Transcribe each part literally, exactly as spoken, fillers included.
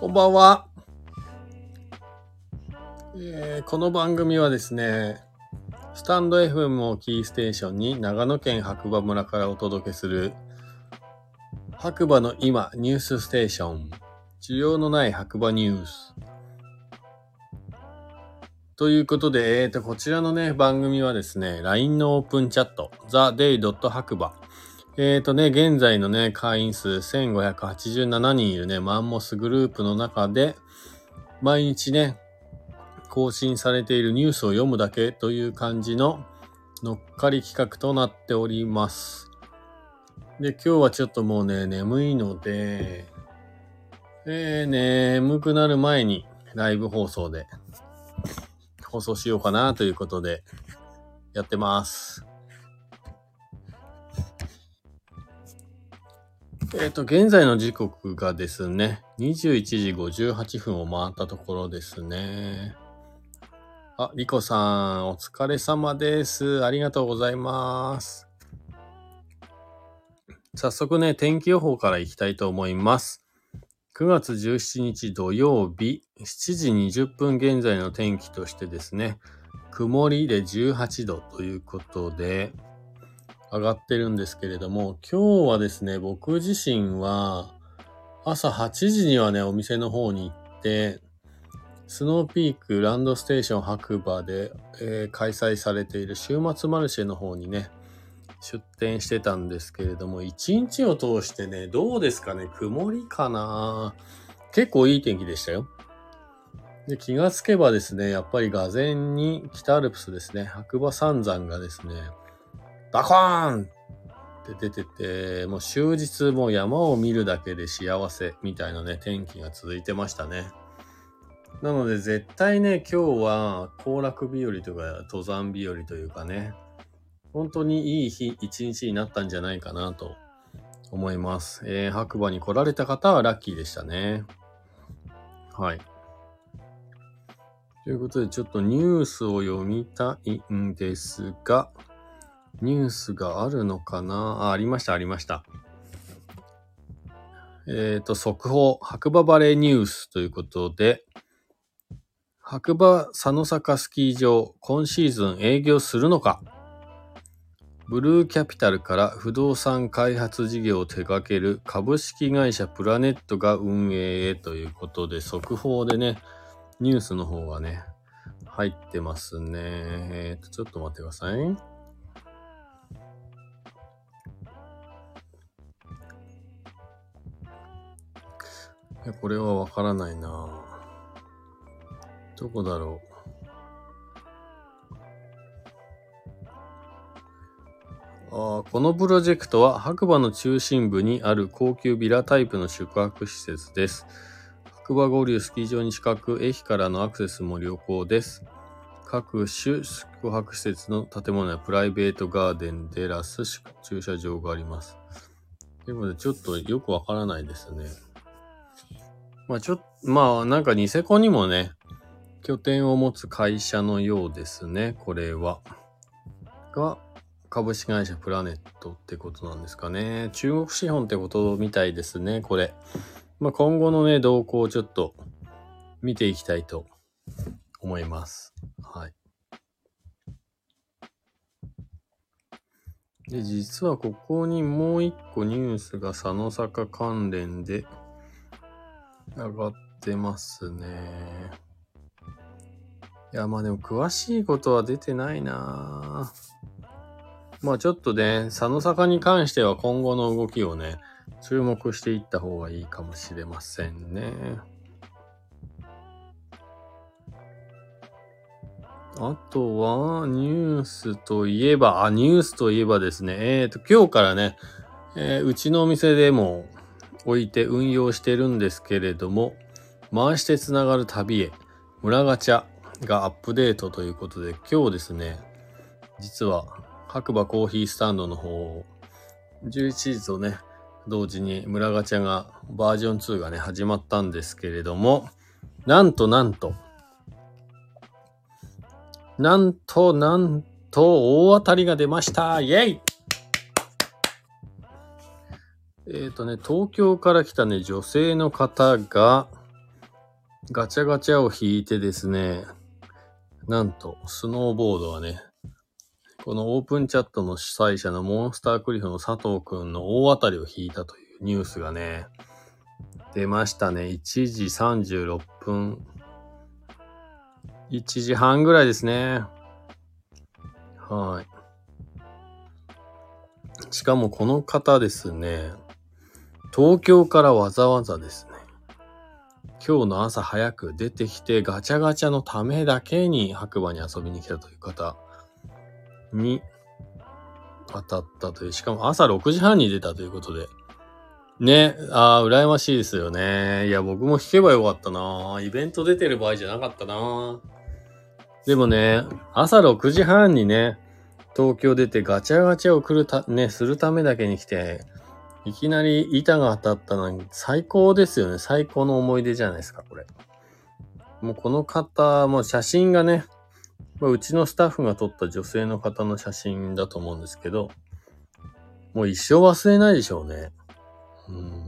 こんばんは、えーこの番組はですね、スタンド エフエム をキーステーションに長野県白馬村からお届けする白馬の今ニュースステーション、需要のない白馬ニュースということで、えーとこちらのね番組はですね、 ライン のオープンチャット ザデイ 白馬、えーとね現在のね会員数せんごひゃくはちじゅうななにんいるねマンモスグループの中で毎日ね更新されているニュースを読むだけという感じの乗っかり企画となっております。で、今日はちょっともうね、眠いので、えー、眠くなる前にライブ放送で放送しようかなということでやってます。えっと、現在の時刻がですね、にじゅういちじごじゅうはっぷんを回ったところですね。あ、リコさん、お疲れ様です。ありがとうございます。早速ね、天気予報からいきたいと思います。くがつじゅうしちにち土曜日、しちじにじゅっぷん現在の天気としてですね、曇りでじゅうはちどということで、上がってるんですけれども、今日はですね、僕自身は、朝はちじにはね、お店の方に行って、スノーピークランドステーション白馬で、えー開催されている週末マルシェの方にね、出店してたんですけれども、一日を通してね、どうですかね、曇りかな、結構いい天気でしたよ。で、気がつけばですね、やっぱり俄然に北アルプスですね、白馬三山がですね、バコーンって出てて、もう終日もう山を見るだけで幸せみたいなね、天気が続いてましたね。なので絶対ね、今日は行楽日和とか登山日和というかね、本当にいい日、一日になったんじゃないかなと思います。えー、白馬に来られた方はラッキーでしたね。はい。ということで、ちょっとニュースを読みたいんですが、ニュースがあるのかなあ、ありました、ありました。えっと、速報、白馬バレーニュースということで、白馬佐野坂スキー場、今シーズン営業するのか。ブルーキャピタルから不動産開発事業を手掛ける株式会社プラネットが運営へということで、速報でね、ニュースの方がね、入ってますね。えーと、ちょっと待ってください。いや、これはわからないな。どこだろう。あー、このプロジェクトは白馬の中心部にある高級ビラタイプの宿泊施設です。白馬合流スキー場に近く、駅からのアクセスも良好です。各種宿泊施設の建物やプライベートガーデン、テラス、駐車場があります。ということで、ちょっとよくわからないですね。まあちょっと、まあなんかニセコにもね、拠点を持つ会社のようですね、これは。が、株式会社プラネットってことなんですかね。中国資本ってことみたいですね、これ。まあ今後のね、動向をちょっと見ていきたいと思います。はい。で、実はここにもう一個ニュースが佐野坂関連で上がってますね。いや、まあでも詳しいことは出てないな。まあちょっとね、佐野坂に関しては今後の動きをね、注目していった方がいいかもしれませんね。あとは、ニュースといえば、あ、ニュースといえばですね、えーと、今日からね、えーうちのお店でも置いて運用してるんですけれども、回してつながる旅へ、村ガチャがアップデートということで、今日ですね、実は白馬コーヒースタンドの方、じゅういちじとね、同時に村ガチャがバージョンツーがね、始まったんですけれども、なんとなんと、なんとなんと大当たりが出ました。イェイ。えっとね、東京から来たね、女性の方が、 ガチャガチャを引いてですね、なんと、スノーボードはね、このオープンチャットの主催者のモンスタークリフの佐藤くんの大当たりを引いたというニュースがね、出ましたね。いちじさんじゅうろっぷん。いちじはんぐらいですね。はい。しかもこの方ですね、東京からわざわざですね、今日の朝早く出てきてガチャガチャのためだけに白馬に遊びに来たという方に当たったという、しかも朝ろくじはんに出たということで、ね、ああ、羨ましいですよね。いや、僕も引けばよかったな。イベント出てる場合じゃなかったな。でもね、朝ろくじはんにね、東京出てガチャガチャを来るた、ね、するためだけに来て、いきなり板が当たったのに最高ですよね。最高の思い出じゃないですか、これ。もうこの方、もう写真がね、うちのスタッフが撮った女性の方の写真だと思うんですけど、もう一生忘れないでしょうね。うん、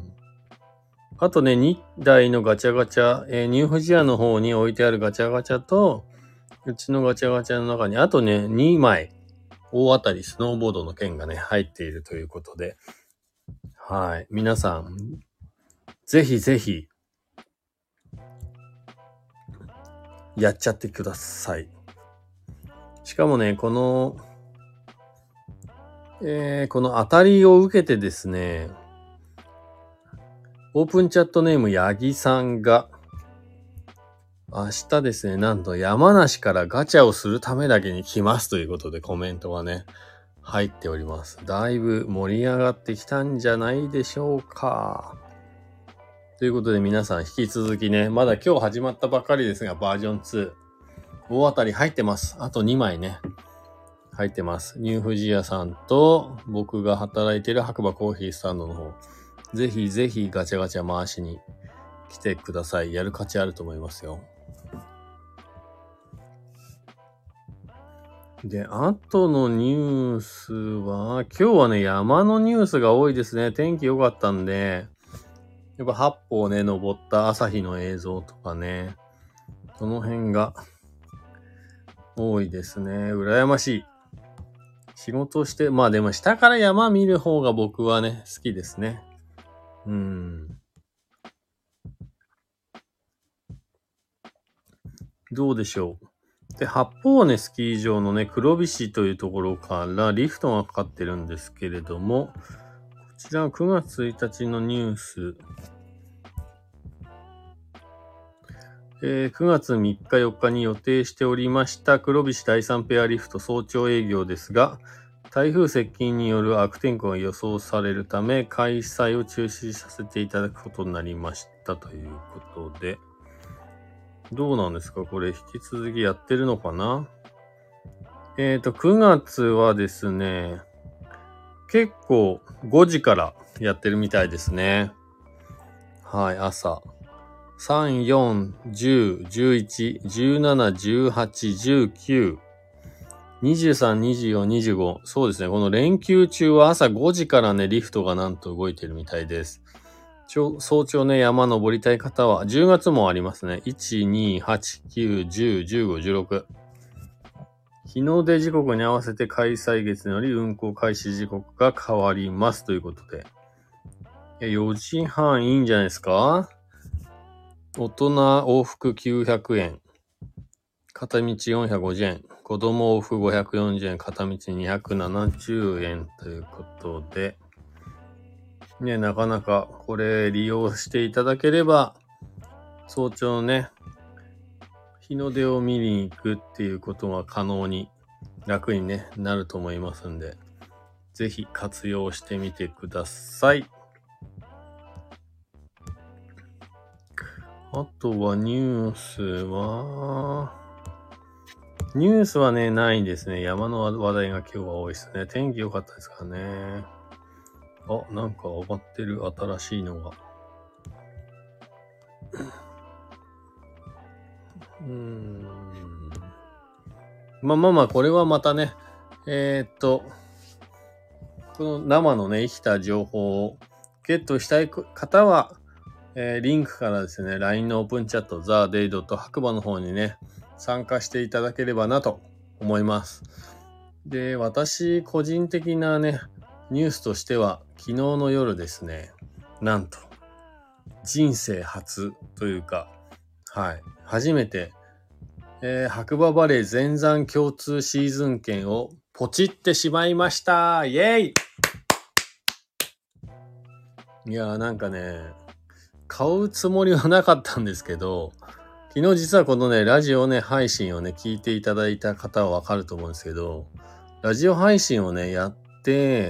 あとね、にだいのガチャガチャ、えー、ニューフジアの方に置いてあるガチャガチャと、うちのガチャガチャの中に、あとね、にまい、大当たりスノーボードの券がね、入っているということで、はい。皆さん、ぜひぜひ、やっちゃってください。しかもね、この、えー、この当たりを受けてですね、オープンチャットネームヤギさんが、明日ですね、なんと山梨からガチャをするためだけに来ますということでコメントがね、入っております。だいぶ盛り上がってきたんじゃないでしょうか。ということで皆さん引き続きね、まだ今日始まったばかりですが、バージョンツー、大当たり入ってます。あとにまいね、入ってます。ニューフジヤさんと僕が働いている白馬コーヒースタンドの方、ぜひぜひガチャガチャ回しに来てください。やる価値あると思いますよ。で、あとのニュースは、今日はね、山のニュースが多いですね。天気良かったんで、やっぱ八方ね、登った朝日の映像とかね、その辺が多いですね。羨ましい。仕事して、まあでも下から山見る方が僕はね、好きですね。うん。どうでしょう。で、八方根スキー場のね、黒菱市というところからリフトがかかってるんですけれども、こちらはくがつついたちのニュース。えー、くがつみっかよっかに予定しておりました黒菱だいさんペアリフト早朝営業ですが、台風接近による悪天候が予想されるため、開催を中止させていただくことになりましたということで、どうなんですかこれ引き続きやってるのかな。えっと、くがつはですね、結構ごじからやってるみたいですね。はい、朝。さん、よん、じゅう、じゅういち、じゅうなな、じゅうはち、じゅうきゅう、にじゅうさん、にじゅうよん、にじゅうご。そうですね。この連休中は朝ごじからね、リフトがなんと動いてるみたいです。早朝ね、山登りたい方は、じゅうがつもありますね。いち、に、はち、きゅう、じゅう、じゅうご、じゅうろく。日の出時刻に合わせて開催月により運行開始時刻が変わりますということで。よじはんいいんじゃないですか？大人往復きゅうひゃくえん。片道よんひゃくごじゅうえん。子供往復ごひゃくよんじゅうえん。片道にひゃくななじゅうえんということで。ね、なかなかこれ利用していただければ、早朝ね、日の出を見に行くっていうことが可能に楽に、ね、なると思いますんで、ぜひ活用してみてください。あとはニュースは、ニュースはね、ないですね。山の話題が今日は多いですね。天気良かったですからね。あ、なんか上がってる新しいのが。うーん。まあまあまあ、これはまたね、えー、っと、この生のね、生きた情報をゲットしたい方は、 えー、リンクからですね、ライン のオープンチャット、ザ・デイドと白馬の方にね、参加していただければなと思います。で、私、個人的なね、ニュースとしては、昨日の夜ですね、なんと、人生初というか、はい、初めて、えー、白馬バレー全山共通シーズン券をポチってしまいました。イェイ！いやーなんかね、買うつもりはなかったんですけど、昨日実はこのね、ラジオね、配信をね、聞いていただいた方はわかると思うんですけど、ラジオ配信をね、やって、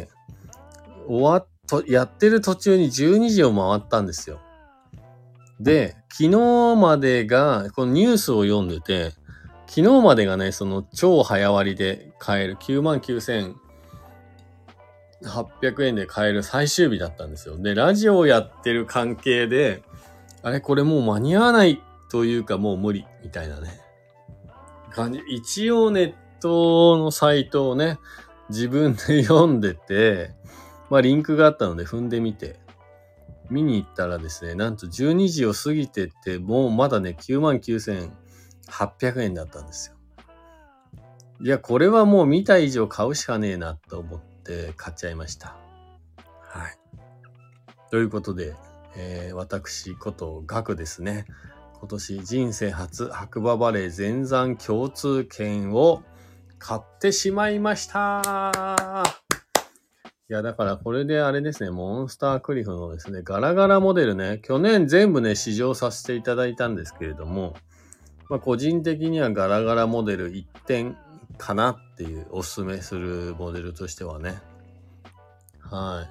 終わっと、やってる途中にじゅうにじを回ったんですよ。で、昨日までが、このニュースを読んでて、昨日までがね、その超早割で買えるきゅうまんきゅうせんはっぴゃくえんで買える最終日だったんですよ。で、ラジオをやってる関係で、あれこれもう間に合わないというかもう無理みたいなね感じ。一応ネットのサイトをね、自分で読んでて、まあリンクがあったので踏んでみて、見に行ったらですね、なんとじゅうにじを過ぎてって、もうまだね、きゅうまんきゅうせんはっぴゃくえんだったんですよ。いや、これはもう見た以上買うしかねえなと思って買っちゃいました。はい。ということで、えー、私ことガクですね。今年人生初白馬バレー全山共通券を買ってしまいました。いや、だからこれであれですね、モンスタークリフのですね、ガラガラモデルね、去年全部ね、試乗させていただいたんですけれども、まあ個人的にはガラガラモデルいってんかなっていうおすすめするモデルとしてはね。はい。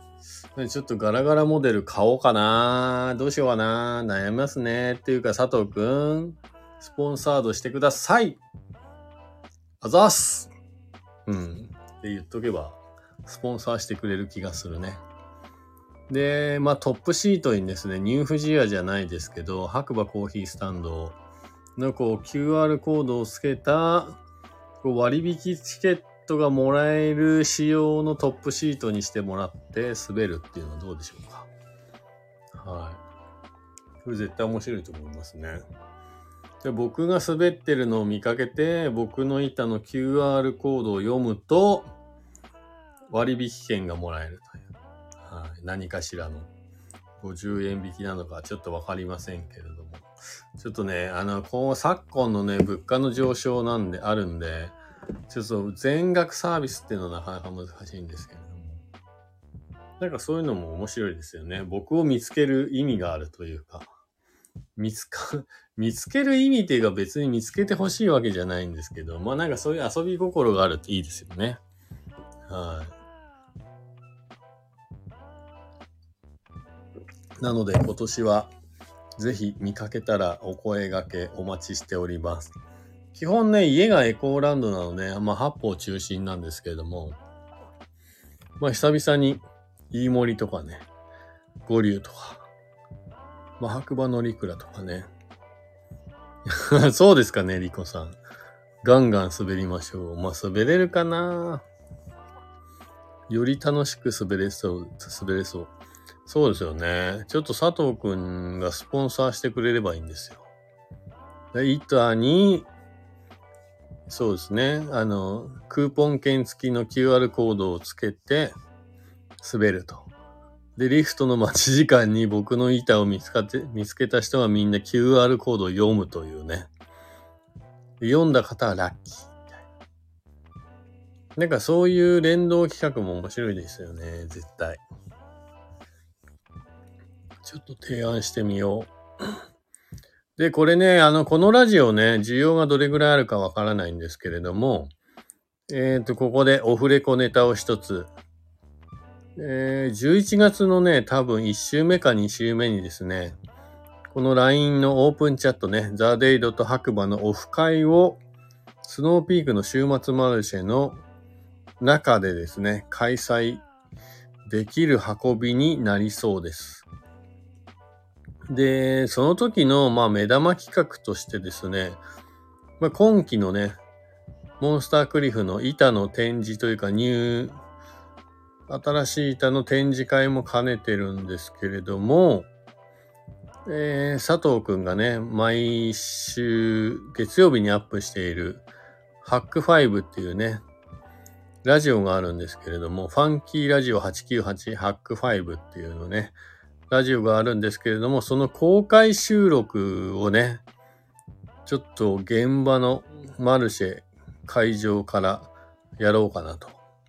ちょっとガラガラモデル買おうかな。どうしようかな。悩みますね。っていうか佐藤くん、スポンサードしてください。あざっす。うん。って言っとけば、スポンサーしてくれる気がするね。で、まあトップシートにですね、ニューフジアじゃないですけど、白馬コーヒースタンドのこう キューアール コードをつけたこう割引チケットがもらえる仕様のトップシートにしてもらって滑るっていうのはどうでしょうか。はい。これ絶対面白いと思いますね。で、僕が滑ってるのを見かけて、僕の板の キューアール コードを読むと割引券がもらえるという。はい。何かしらのごじゅうえん引きなのかちょっとわかりませんけれども。ちょっとね、あの、こう昨今のね、物価の上昇なんで、あるんで、ちょっと全額サービスっていうのはなかなか難しいんですけれども。なんかそういうのも面白いですよね。僕を見つける意味があるというか。見つか、見つける意味っていうか別に見つけてほしいわけじゃないんですけど、まあなんかそういう遊び心があるっていいですよね。はい。なので今年はぜひ見かけたらお声掛けお待ちしております。基本ね、家がエコーランドなので、まあ八方中心なんですけれども、まあ久々に飯森とかね、五竜とか、まあ白馬乗鞍とかね。そうですかね、リコさん。ガンガン滑りましょう。まあ滑れるかな。より楽しく滑れそう、滑れそう。そうですよね。ちょっと佐藤くんがスポンサーしてくれればいいんですよ。で板に、そうですね。あの、クーポン券付きの キューアール コードをつけて滑ると。で、リフトの待ち時間に僕の板を見つかって、見つけた人はみんな キューアール コードを読むというね。読んだ方はラッキーみたいな。なんかそういう連動企画も面白いですよね。絶対。ちょっと提案してみよう。で、これね、あの、このラジオね、需要がどれぐらいあるかわからないんですけれども、えっと、ここでオフレコネタを一つ。えー、じゅういちがつのね、多分いっ週目かに週目にですね、この ライン のオープンチャットね、ザ・デイドと白馬のオフ会を、スノーピークの週末マルシェの中でですね、開催できる運びになりそうです。で、その時の、まあ、目玉企画としてですね、まあ、今期のね、モンスタークリフの板の展示というか、ニュー、新しい板の展示会も兼ねてるんですけれども、 えー、佐藤くんがね、毎週月曜日にアップしているハックファイブっていうね、ラジオがあるんですけれども、ファンキーラジオはちきゅうはちハックファイブっていうのね、ラジオがあるんですけれども、その公開収録をね、ちょっと現場のマルシェ会場からやろうかなと。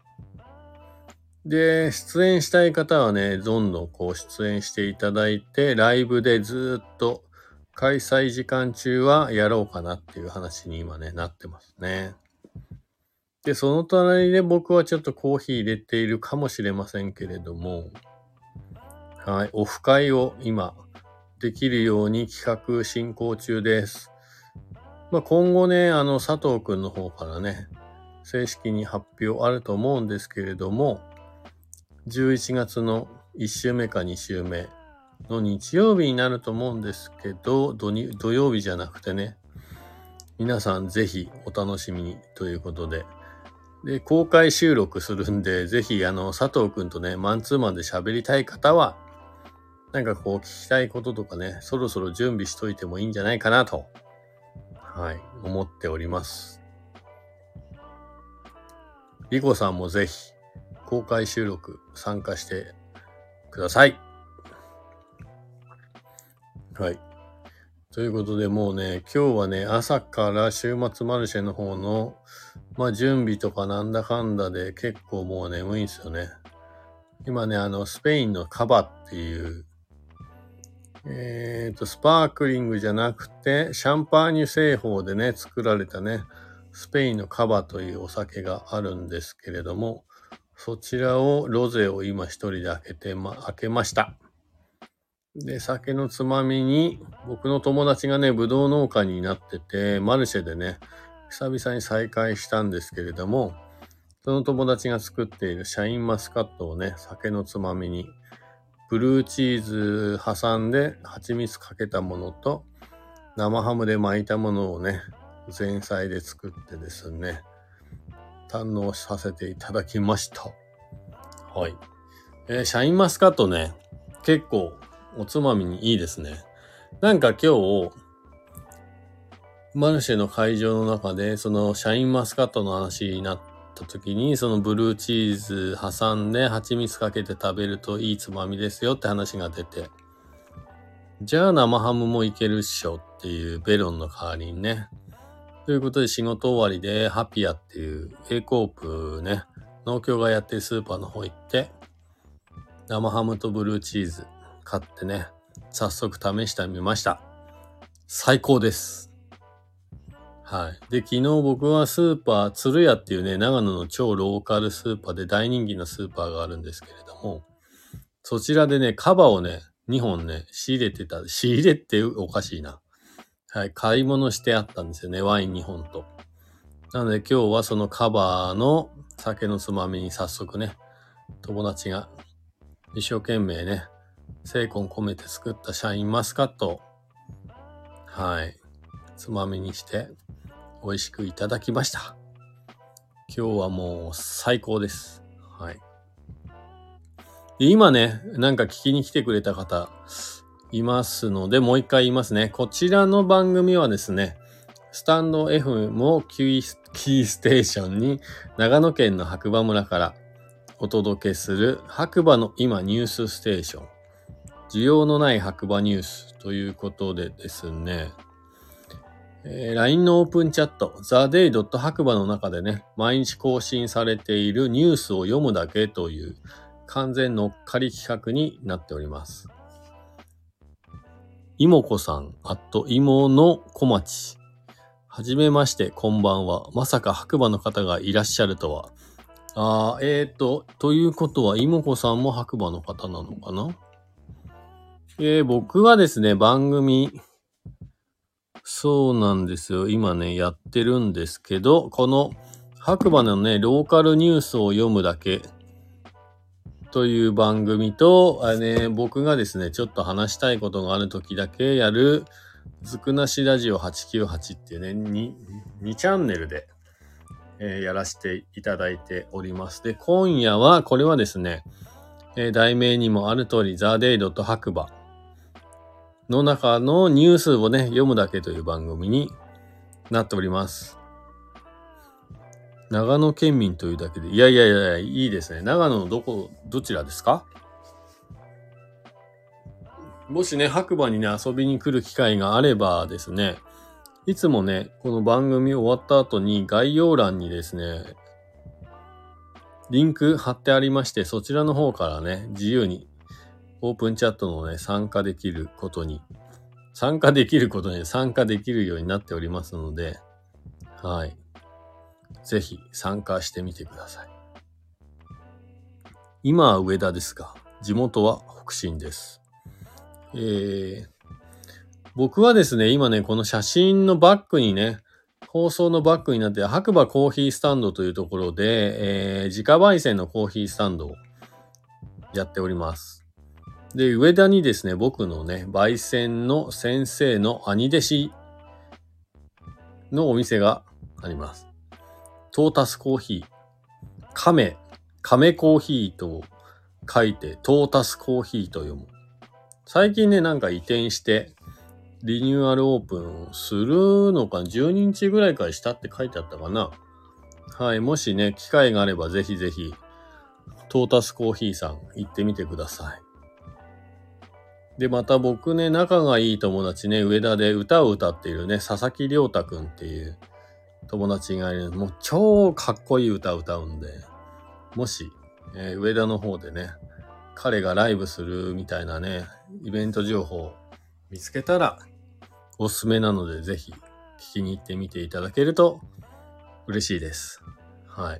で、出演したい方はね、どんどんこう出演していただいて、ライブでずっと開催時間中はやろうかなっていう話に今ね、なってますね。で、その隣で僕はちょっとコーヒー入れているかもしれませんけれども、はい、オフ会を今できるように企画進行中です。まあ、今後ね、あの佐藤くんの方からね、正式に発表あると思うんですけれども、じゅういちがつのいち週目かに週目の日曜日になると思うんですけど、土に土曜日じゃなくてね、皆さんぜひお楽しみにということで、で、公開収録するんで、ぜひあの佐藤くんとね、マンツーマンで喋りたい方は、なんかこう聞きたいこととかね、そろそろ準備しといてもいいんじゃないかなと、はい、思っております。リコさんもぜひ公開収録参加してください。はい。ということでもうね、今日はね、朝から週末マルシェの方の、まあ準備とかなんだかんだで結構もう眠いんですよね。今ね、あの、スペインのカバっていう、えっと、スパークリングじゃなくて、シャンパーニュ製法でね、作られたね、スペインのカバというお酒があるんですけれども、そちらを、ロゼを今一人で開けて、ま、開けました。で、酒のつまみに、僕の友達がね、ブドウ農家になってて、マルシェでね、久々に再会したんですけれども、その友達が作っているシャインマスカットをね、酒のつまみに、ブルーチーズ挟んで蜂蜜かけたものと、生ハムで巻いたものをね、前菜で作ってですね、堪能させていただきました。はい。えー、シャインマスカットね、結構おつまみにいいですね。なんか今日、マルシェの会場の中で、そのシャインマスカットの話になった時に、そのブルーチーズ挟んで蜂蜜かけて食べるといいつまみですよって話が出て、じゃあ生ハムもいけるっしょっていうベロンの代わりにね。ということで仕事終わりでハピアっていう A コープね、農協がやってるスーパーの方行って、生ハムとブルーチーズ買ってね、早速試してみました。最高です。はい。で、昨日僕はスーパー、鶴屋っていうね、長野の超ローカルスーパーで大人気なスーパーがあるんですけれども、そちらでね、カバをね、にほんね、仕入れてた、仕入れっておかしいな。はい、買い物してあったんですよね、ワインにほんと。なので今日はそのカバの酒のつまみに早速ね、友達が一生懸命ね、精魂込めて作ったシャインマスカットを、はい、つまみにして美味しくいただきました。今日はもう最高です。はい。で今ね、なんか聞きに来てくれた方いますので、もう一回言いますね。こちらの番組はですね、スタンド エフエム をキーステーションに長野県の白馬村からお届けする白馬の今ニュースステーション。需要のない白馬ニュースということでですね、えー、ライン のオープンチャット ザーデイ 白馬の中でね、毎日更新されているニュースを読むだけという完全乗っかり企画になっております。いもこさん、あと、いものこまち。はじめまして、こんばんは。まさか白馬の方がいらっしゃるとは。あー、えーと、ということは、いもこさんも白馬の方なのかな？えー、僕はですね、番組、そうなんですよ。今ね、やってるんですけど、この白馬のね、ローカルニュースを読むだけという番組と、あね、僕がですね、ちょっと話したいことがある時だけやる、ずくなしラジオはちきゅうはちっていうね、に, にチャンネルで、えー、やらせていただいております。で、今夜は、これはですね、えー、題名にもある通り、ザ・デイ・ドット・白馬の中のニュースをね、読むだけという番組になっております。長野県民というだけで、いやいやいや、いいですね。長野のどこ、どちらですか？もしね、白馬にね、遊びに来る機会があればですね、いつもね、この番組終わった後に概要欄にですね、リンク貼ってありまして、そちらの方からね、自由にオープンチャットのね、参加できることに、参加できることに参加できるようになっておりますので、はい。ぜひ参加してみてください。今は上田ですが、地元は北信です。えー、僕はですね、今ね、この写真のバックにね、放送のバックになって白馬コーヒースタンドというところで、えー、自家焙煎のコーヒースタンドをやっております。で、上田にですね、僕のね、焙煎の先生の兄弟子のお店があります。トータスコーヒー。亀、亀コーヒーと書いてトータスコーヒーと読む。最近ね、なんか移転してリニューアルオープンするのかじゅうににちぐらいからしたって書いてあったかな。はい、もしね、機会があればぜひぜひトータスコーヒーさん行ってみてください。で、また僕ね、仲がいい友達ね、上田で歌を歌っているね、佐々木亮太くんっていう友達がいる。もう超かっこいい歌を歌うんで、もし、えー、上田の方でね、彼がライブするみたいなね、イベント情報を見つけたらおすすめなので、ぜひ聞きに行ってみていただけると嬉しいです。はい。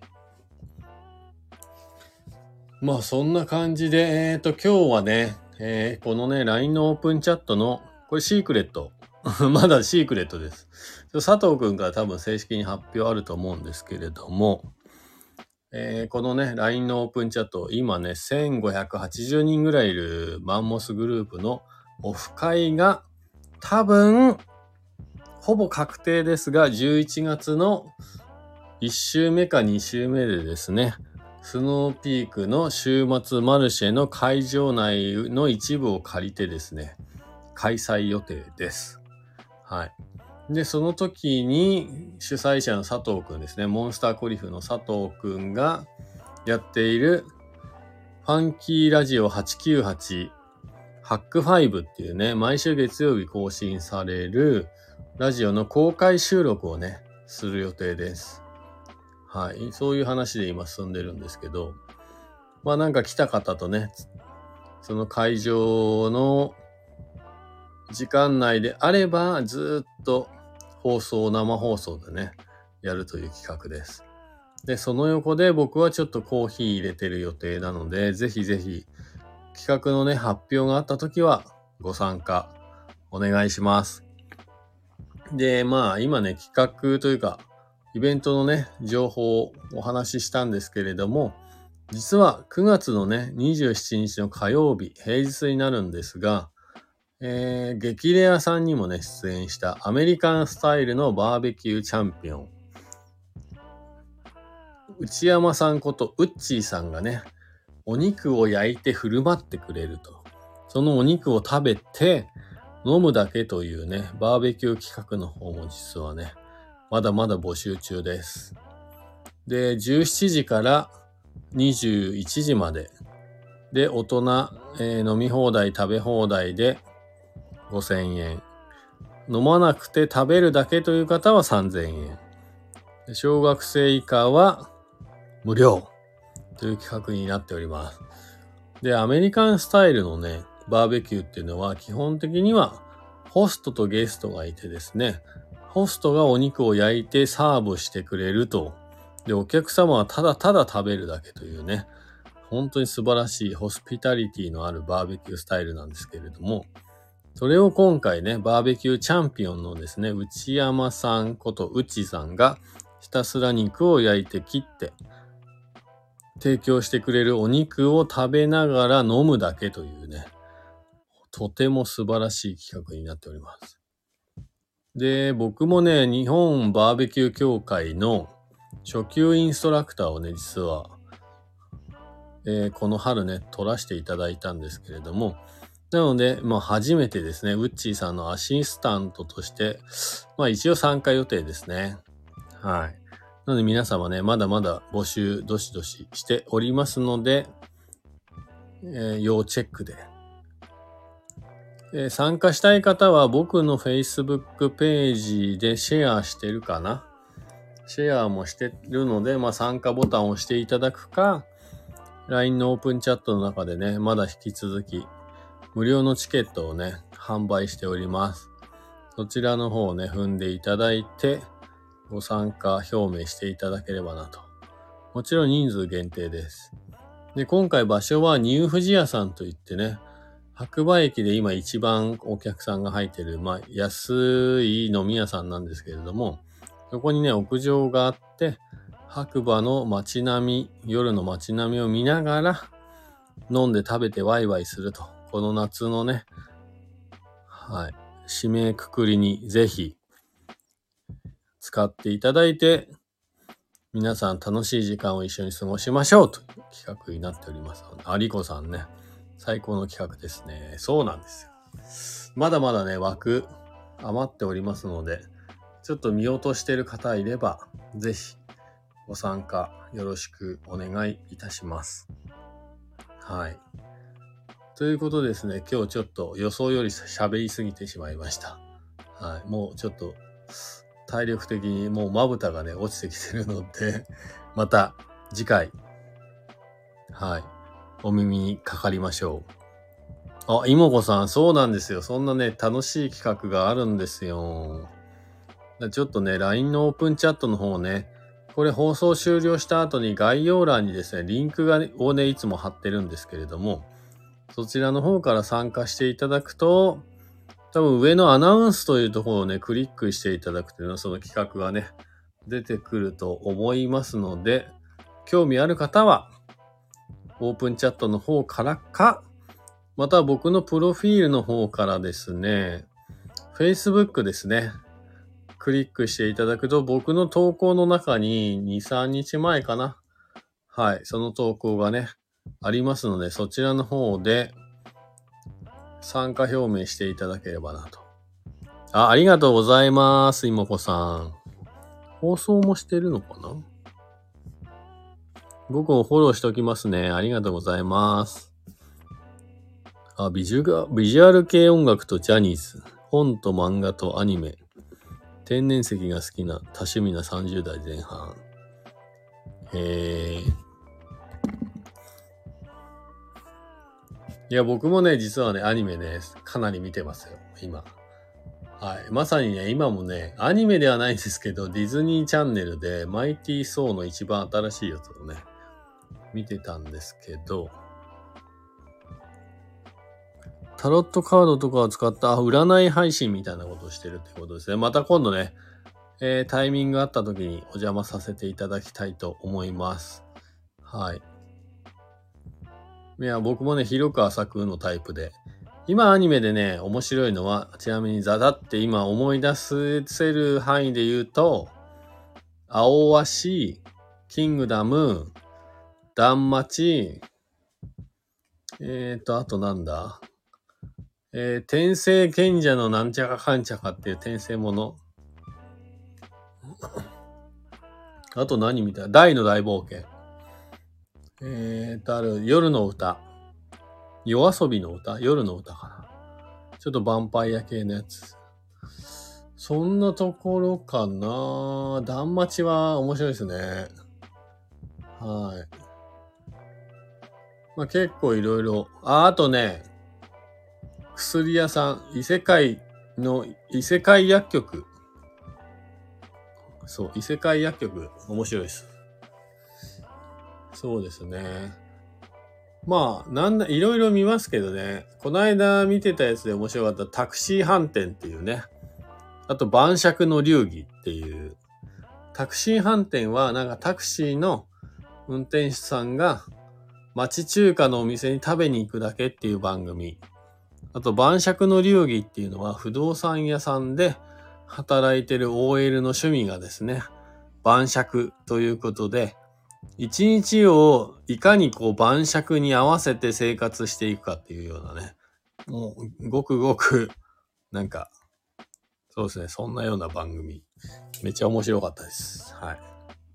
まあそんな感じで、えっと今日はね、えー、このね、ライン のオープンチャットの、これシークレット。まだシークレットです。佐藤くんから多分正式に発表あると思うんですけれども、えー、このね、ライン のオープンチャット、今ね、せんごひゃくはちじゅうにんぐらいいるマンモスグループのオフ会が多分、ほぼ確定ですが、じゅういちがつのいっ週目かに週目でですね、スノーピークの週末マルシェの会場内の一部を借りてですね、開催予定です。はい。で、その時に主催者の佐藤くんですね、モンスターコリフの佐藤くんがやっているファンキーラジオはちきゅうはちハックファイブっていうね、毎週月曜日更新されるラジオの公開収録をね、する予定です。はい。そういう話で今進んでるんですけど、まあなんか来た方とね、その会場の時間内であればずっと放送、生放送でね、やるという企画です。で、その横で僕はちょっとコーヒー入れてる予定なので、ぜひぜひ企画のね、発表があった時はご参加お願いします。で、まあ今ね、企画というか、イベントのね、情報をお話ししたんですけれども、実はくがつのね、にじゅうしちにちの火曜日、平日になるんですが、えー、激レアさんにもね、出演したアメリカンスタイルのバーベキューチャンピオン、内山さんことウッチーさんがね、お肉を焼いて振る舞ってくれると。そのお肉を食べて飲むだけというね、バーベキュー企画の方も実はね、まだまだ募集中です。で、じゅうしちじからにじゅういちじまで。で、大人、えー、飲み放題、食べ放題でごせんえん。飲まなくて食べるだけという方はさんぜんえん。で、小学生以下は無料という企画になっております。で、アメリカンスタイルのね、バーベキューっていうのは基本的にはホストとゲストがいてですね、ホストがお肉を焼いてサーブしてくれると。で、お客様はただただ食べるだけというね、本当に素晴らしいホスピタリティのあるバーベキュースタイルなんですけれども、それを今回ね、バーベキューチャンピオンのですね、内山さんこと内さんがひたすら肉を焼いて切って、提供してくれるお肉を食べながら飲むだけというね、とても素晴らしい企画になっております。で、僕もね、日本バーベキュー協会の初級インストラクターをね、実は、えー、この春ね、取らせていただいたんですけれども、 なので、まあ初めてですね、ウッチーさんのアシスタントとして、まあ一応参加予定ですね。はい。なので皆様ね、まだまだ募集どしどししておりますので、えー、要チェックで。えー、参加したい方は僕の Facebook ページでシェアしてるかな。シェアもしてるので、まあ参加ボタンを押していただくか、ライン のオープンチャットの中でね、まだ引き続き、無料のチケットをね、販売しております。そちらの方をね、踏んでいただいて、ご参加表明していただければなと。もちろん人数限定です。で、今回場所はニューフジ屋さんといってね、白馬駅で今一番お客さんが入ってる、まあ、安い飲み屋さんなんですけれども、そこにね、屋上があって、白馬の街並み、夜の街並みを見ながら、飲んで食べてワイワイすると。この夏のね、はい、締めくくりにぜひ使っていただいて、皆さん楽しい時間を一緒に過ごしましょうという企画になっております。アリコさんね、最高の企画ですね。そうなんですよ。まだまだね、枠余っておりますので、ちょっと見落としている方いれば、ぜひご参加よろしくお願いいたします。はい。ということですね、今日ちょっと予想より喋りすぎてしまいました。はい。もうちょっと体力的にもうまぶたがね、落ちてきてるので、また次回、はい。お耳にかかりましょう。あ、いもこさん、そうなんですよ。そんなね、楽しい企画があるんですよ。ちょっとね、ライン のオープンチャットの方ね、これ放送終了した後に概要欄にですね、リンクが、ね、をね、いつも貼ってるんですけれども、そちらの方から参加していただくと、多分上のアナウンスというところをね、クリックしていただくというのはその企画がね、出てくると思いますので、興味ある方は、オープンチャットの方からか、または僕のプロフィールの方からですね、Facebook ですね、クリックしていただくと、僕の投稿の中にに、さんにちまえかな。はい、その投稿がね、ありますので、そちらの方で参加表明していただければなと。あ、ありがとうございます、いもこさん。放送もしてるのかな？僕もフォローしておきますね。ありがとうございます。あ、ビジュア、ビジュアル系音楽とジャニーズ。本と漫画とアニメ。天然石が好きな多趣味なさんじゅうだいぜん半。へー。いや、僕もね、実はね、アニメね、かなり見てますよ、今。はい。まさにね、今もね、アニメではないんですけど、ディズニーチャンネルで、マイティー・ソーの一番新しいやつをね、見てたんですけど、タロットカードとかを使った占い配信みたいなことをしてるってことですね。また今度ね、えー、タイミングがあった時にお邪魔させていただきたいと思います。はい。いや、僕もね、広く浅くのタイプで、今アニメでね、面白いのは、ちなみにザザって今思い出せる範囲で言うと、青ワシ、キングダム、ダンマチ、えーと、あとなんだえー、転生賢者のなんちゃかかんちゃかっていう転生もの。あと何見た？大の大冒険。えーと、ある、夜の歌。夜遊びの歌？夜の歌かな。ちょっとヴァンパイア系のやつ。そんなところかな。断末は面白いですね。はい。まあ、結構いろいろ。あ、あとね、薬屋さん、異世界の、異世界薬局。そう、異世界薬局、面白いです。そうですね。まあ、なんだ、いろいろ見ますけどね。この間見てたやつで面白かったタクシー飯店っていうね。あと晩酌の流儀っていう。タクシー飯店はなんかタクシーの運転手さんが町中華のお店に食べに行くだけっていう番組。あと晩酌の流儀っていうのは不動産屋さんで働いてる オーエル の趣味がですね、晩酌ということで、一日をいかにこう晩酌に合わせて生活していくかっていうようなね、 もう、ごくごく、なんか、そうですね、そんなような番組。めっちゃ面白かったです。はい。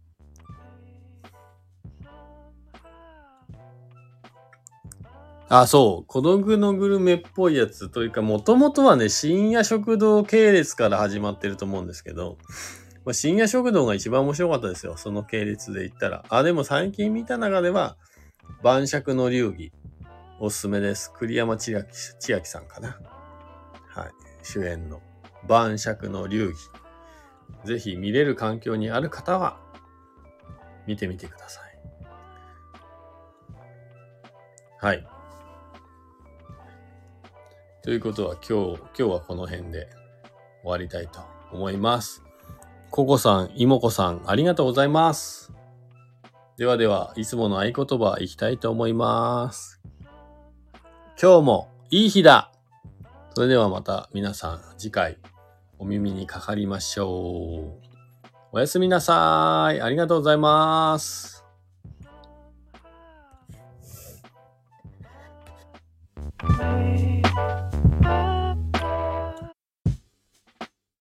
あ、そう。孤独のグルメっぽいやつというか、もともとはね、深夜食堂系列から始まってると思うんですけど、まあ、深夜食堂が一番面白かったですよ。その系列で言ったら。あ、でも最近見た中では、晩酌の流儀、おすすめです。栗山千明千明さんかな。はい。主演の晩酌の流儀。ぜひ見れる環境にある方は、見てみてください。はい。ということは今日、今日はこの辺で終わりたいと思います。ココさん、イモコさん、ありがとうございます。ではでは、いつもの合言葉いきたいと思います。今日もいい日だ。それではまた皆さん次回お耳にかかりましょう。おやすみなさい。ありがとうございます。